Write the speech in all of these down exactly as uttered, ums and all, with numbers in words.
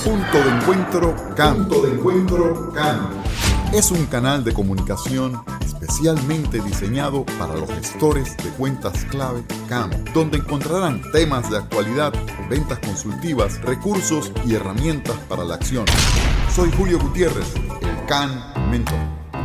Punto de Encuentro C A M. Punto de Encuentro C A M. Es un canal de comunicación especialmente diseñado para los gestores de cuentas clave C A M, donde encontrarán temas de actualidad, ventas consultivas, recursos y herramientas para la acción. Soy Julio Gutiérrez, el C A M Mentor.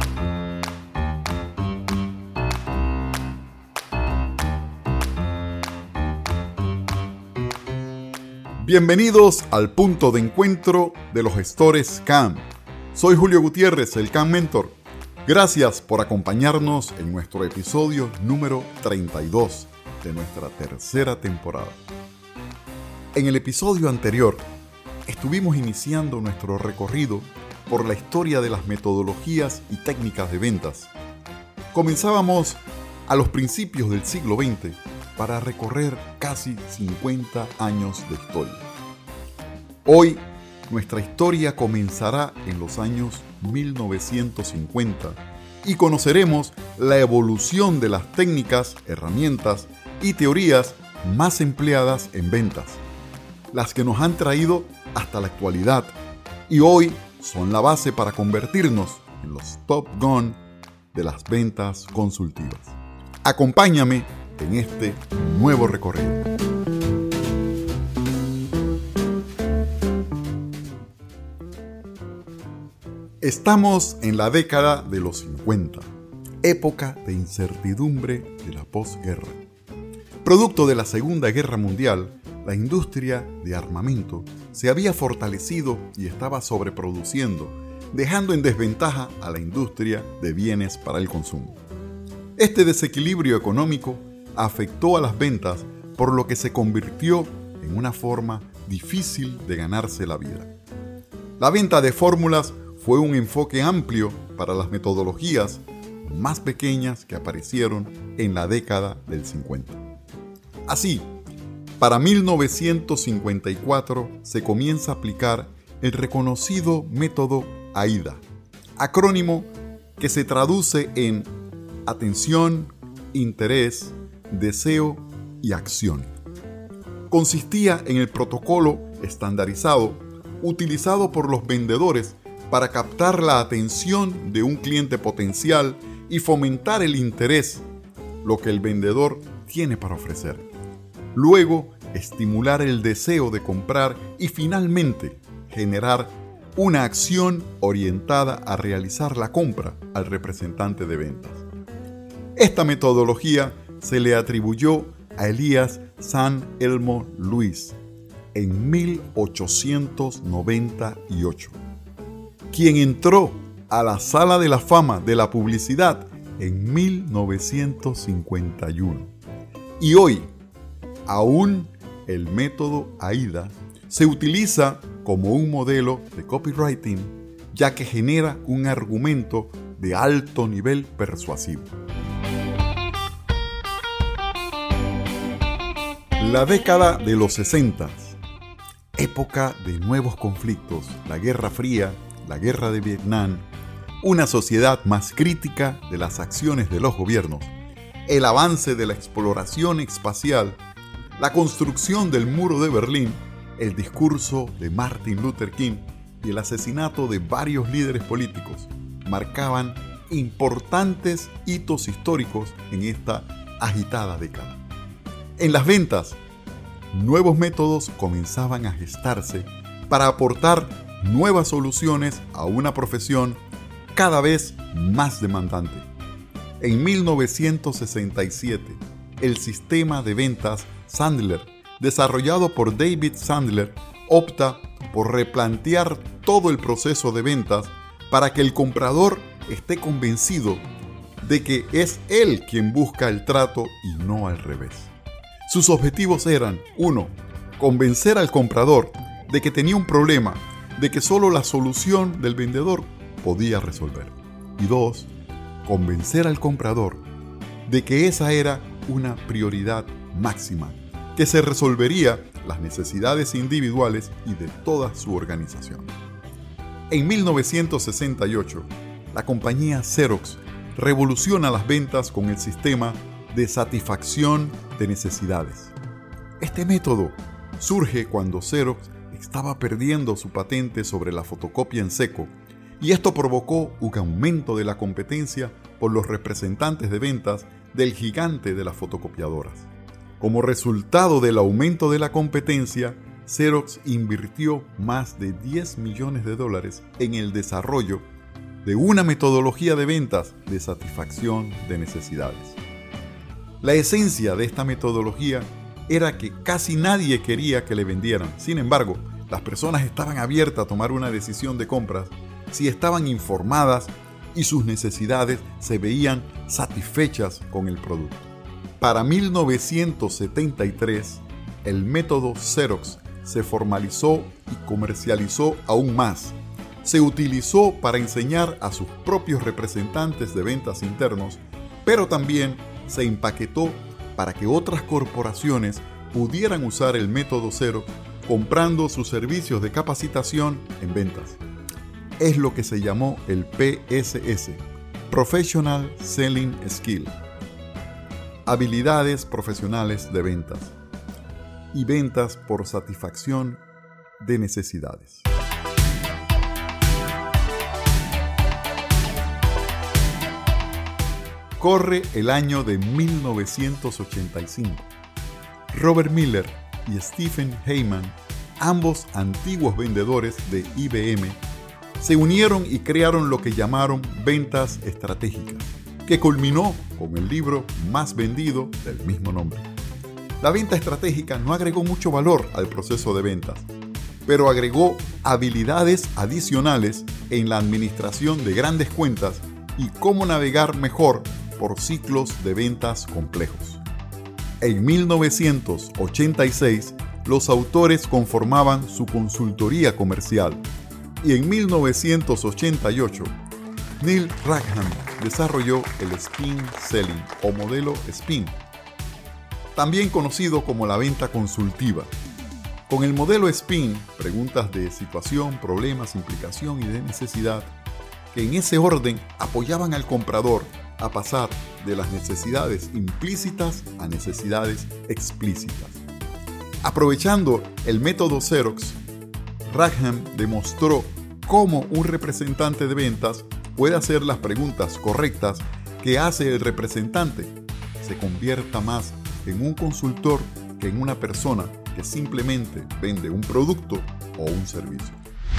Bienvenidos al punto de encuentro de los gestores C A M. Soy Julio Gutiérrez, el C A M Mentor. Gracias por acompañarnos en nuestro episodio número treinta y dos de nuestra tercera temporada. En el episodio anterior, estuvimos iniciando nuestro recorrido por la historia de las metodologías y técnicas de ventas. Comenzábamos a los principios del siglo veinte para recorrer casi cincuenta años de historia. Hoy, nuestra historia comenzará en los años mil novecientos cincuenta y conoceremos la evolución de las técnicas, herramientas y teorías más empleadas en ventas, las que nos han traído hasta la actualidad y hoy son la base para convertirnos en los Top Gun de las ventas consultivas. Acompáñame en este nuevo recorrido. Estamos en la década de los cincuenta, época de incertidumbre de la posguerra. Producto de la Segunda Guerra Mundial, la industria de armamento se había fortalecido y estaba sobreproduciendo, dejando en desventaja a la industria de bienes para el consumo. Este desequilibrio económico afectó a las ventas, por lo que se convirtió en una forma difícil de ganarse la vida. La venta de fórmulas fue un enfoque amplio para las metodologías más pequeñas que aparecieron en la década del cincuenta. Así, para mil novecientos cincuenta y cuatro se comienza a aplicar el reconocido método AIDA, acrónimo que se traduce en atención, interés, deseo y acción. Consistía en el protocolo estandarizado utilizado por los vendedores para captar la atención de un cliente potencial y fomentar el interés, lo que el vendedor tiene para ofrecer. Luego, estimular el deseo de comprar y finalmente generar una acción orientada a realizar la compra al representante de ventas. Esta metodología se le atribuyó a Elias San Elmo Luis en mil ochocientos noventa y ocho, quien entró a la Sala de la Fama de la Publicidad en mil novecientos cincuenta y uno. Y hoy, aún el método AIDA se utiliza como un modelo de copywriting, ya que genera un argumento de alto nivel persuasivo. La década de los sesenta, época de nuevos conflictos, la Guerra Fría, la Guerra de Vietnam, una sociedad más crítica de las acciones de los gobiernos, el avance de la exploración espacial, la construcción del muro de Berlín, el discurso de Martin Luther King y el asesinato de varios líderes políticos marcaban importantes hitos históricos en esta agitada década. En las ventas, nuevos métodos comenzaban a gestarse para aportar nuevas soluciones a una profesión cada vez más demandante. En mil novecientos sesenta y siete, el sistema de ventas Sandler, desarrollado por David Sandler, opta por replantear todo el proceso de ventas para que el comprador esté convencido de que es él quien busca el trato y no al revés. Sus objetivos eran: uno. Convencer al comprador de que tenía un problema, de que solo la solución del vendedor podía resolver. Y dos. Convencer al comprador de que esa era una prioridad máxima, que se resolvería las necesidades individuales y de toda su organización. En mil novecientos sesenta y ocho, la compañía Xerox revoluciona las ventas con el sistema de satisfacción de necesidades. Este método surge cuando Xerox estaba perdiendo su patente sobre la fotocopia en seco, y esto provocó un aumento de la competencia por los representantes de ventas del gigante de las fotocopiadoras. Como resultado del aumento de la competencia, Xerox invirtió más de diez millones de dólares en el desarrollo de una metodología de ventas de satisfacción de necesidades. La esencia de esta metodología era que casi nadie quería que le vendieran. Sin embargo, las personas estaban abiertas a tomar una decisión de compras si estaban informadas y sus necesidades se veían satisfechas con el producto. Para mil novecientos setenta y tres, el método Xerox se formalizó y comercializó aún más. Se utilizó para enseñar a sus propios representantes de ventas internos, pero también se empaquetó para que otras corporaciones pudieran usar el método Xerox comprando sus servicios de capacitación en ventas. Es lo que se llamó el P S S, Professional Selling Skill, habilidades profesionales de ventas y ventas por satisfacción de necesidades. Corre el año de mil novecientos ochenta y cinco. Robert Miller y Stephen Heyman, ambos antiguos vendedores de I B M, se unieron y crearon lo que llamaron ventas estratégicas, que culminó con el libro más vendido del mismo nombre. La venta estratégica no agregó mucho valor al proceso de ventas, pero agregó habilidades adicionales en la administración de grandes cuentas y cómo navegar mejor por ciclos de ventas complejos. En mil novecientos ochenta y seis, los autores conformaban su consultoría comercial y en mil novecientos ochenta y ocho, Neil Rackham desarrolló el Spin Selling o modelo Spin, también conocido como la venta consultiva. Con el modelo Spin, preguntas de situación, problemas, implicación y de necesidad, que en ese orden apoyaban al comprador a pasar de las necesidades implícitas a necesidades explícitas. Aprovechando el método Xerox, Rackham demostró cómo un representante de ventas puede hacer las preguntas correctas que hace el representante, se convierta más en un consultor que en una persona que simplemente vende un producto o un servicio.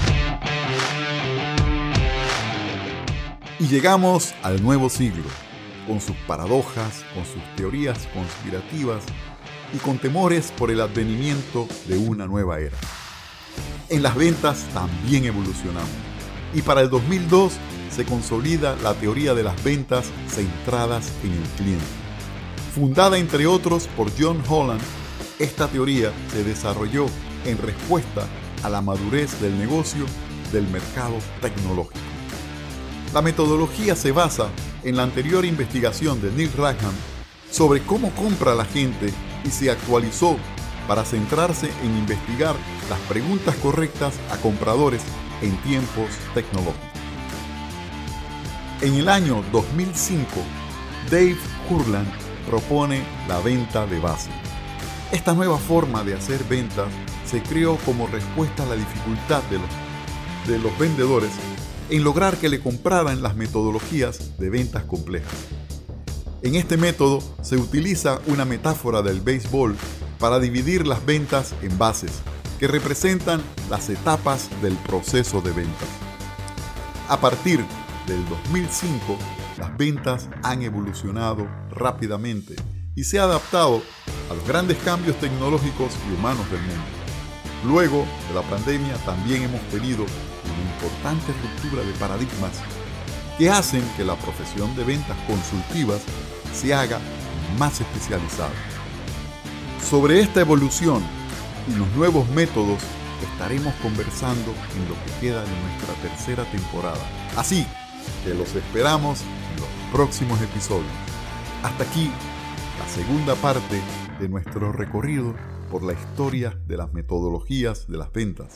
Y llegamos al nuevo siglo, con sus paradojas, con sus teorías conspirativas y con temores por el advenimiento de una nueva era. En las ventas también evolucionamos, y para el dos mil dos se consolida la teoría de las ventas centradas en el cliente. Fundada entre otros por John Holland, esta teoría se desarrolló en respuesta a la madurez del negocio del mercado tecnológico. La metodología se basa en la anterior investigación de Neil Rackham sobre cómo compra la gente y se actualizó para centrarse en investigar las preguntas correctas a compradores en tiempos tecnológicos. En el año dos mil cinco, Dave Hurland propone la venta de base. Esta nueva forma de hacer ventas se creó como respuesta a la dificultad de los, de los vendedores en lograr que le compraran las metodologías de ventas complejas. En este método se utiliza una metáfora del béisbol para dividir las ventas en bases, que representan las etapas del proceso de ventas. A partir del dos mil cinco, las ventas han evolucionado rápidamente y se ha adaptado a los grandes cambios tecnológicos y humanos del mundo. Luego de la pandemia también hemos tenido una importante ruptura de paradigmas que hacen que la profesión de ventas consultivas se haga más especializada. Sobre esta evolución y los nuevos métodos estaremos conversando en lo que queda de nuestra tercera temporada. Así que los esperamos en los próximos episodios. Hasta aquí la segunda parte de nuestro recorrido por la historia de las metodologías de las ventas.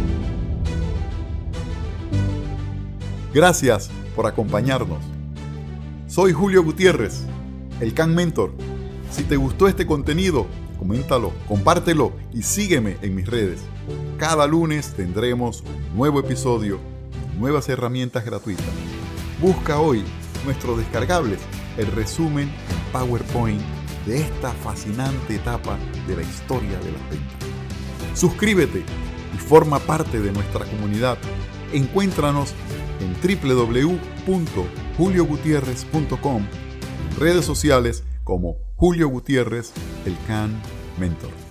Gracias por acompañarnos. Soy Julio Gutiérrez, el Can Mentor. Si te gustó este contenido, coméntalo, compártelo y sígueme en mis redes. Cada lunes tendremos un nuevo episodio y nuevas herramientas gratuitas. Busca hoy nuestros descargables, el resumen en PowerPoint de esta fascinante etapa de la historia de las ventas. Suscríbete y forma parte de nuestra comunidad. Encuéntranos en doble u doble u doble u punto julio gutiérrez punto com, en redes sociales como Julio Gutiérrez, el Can Mentor.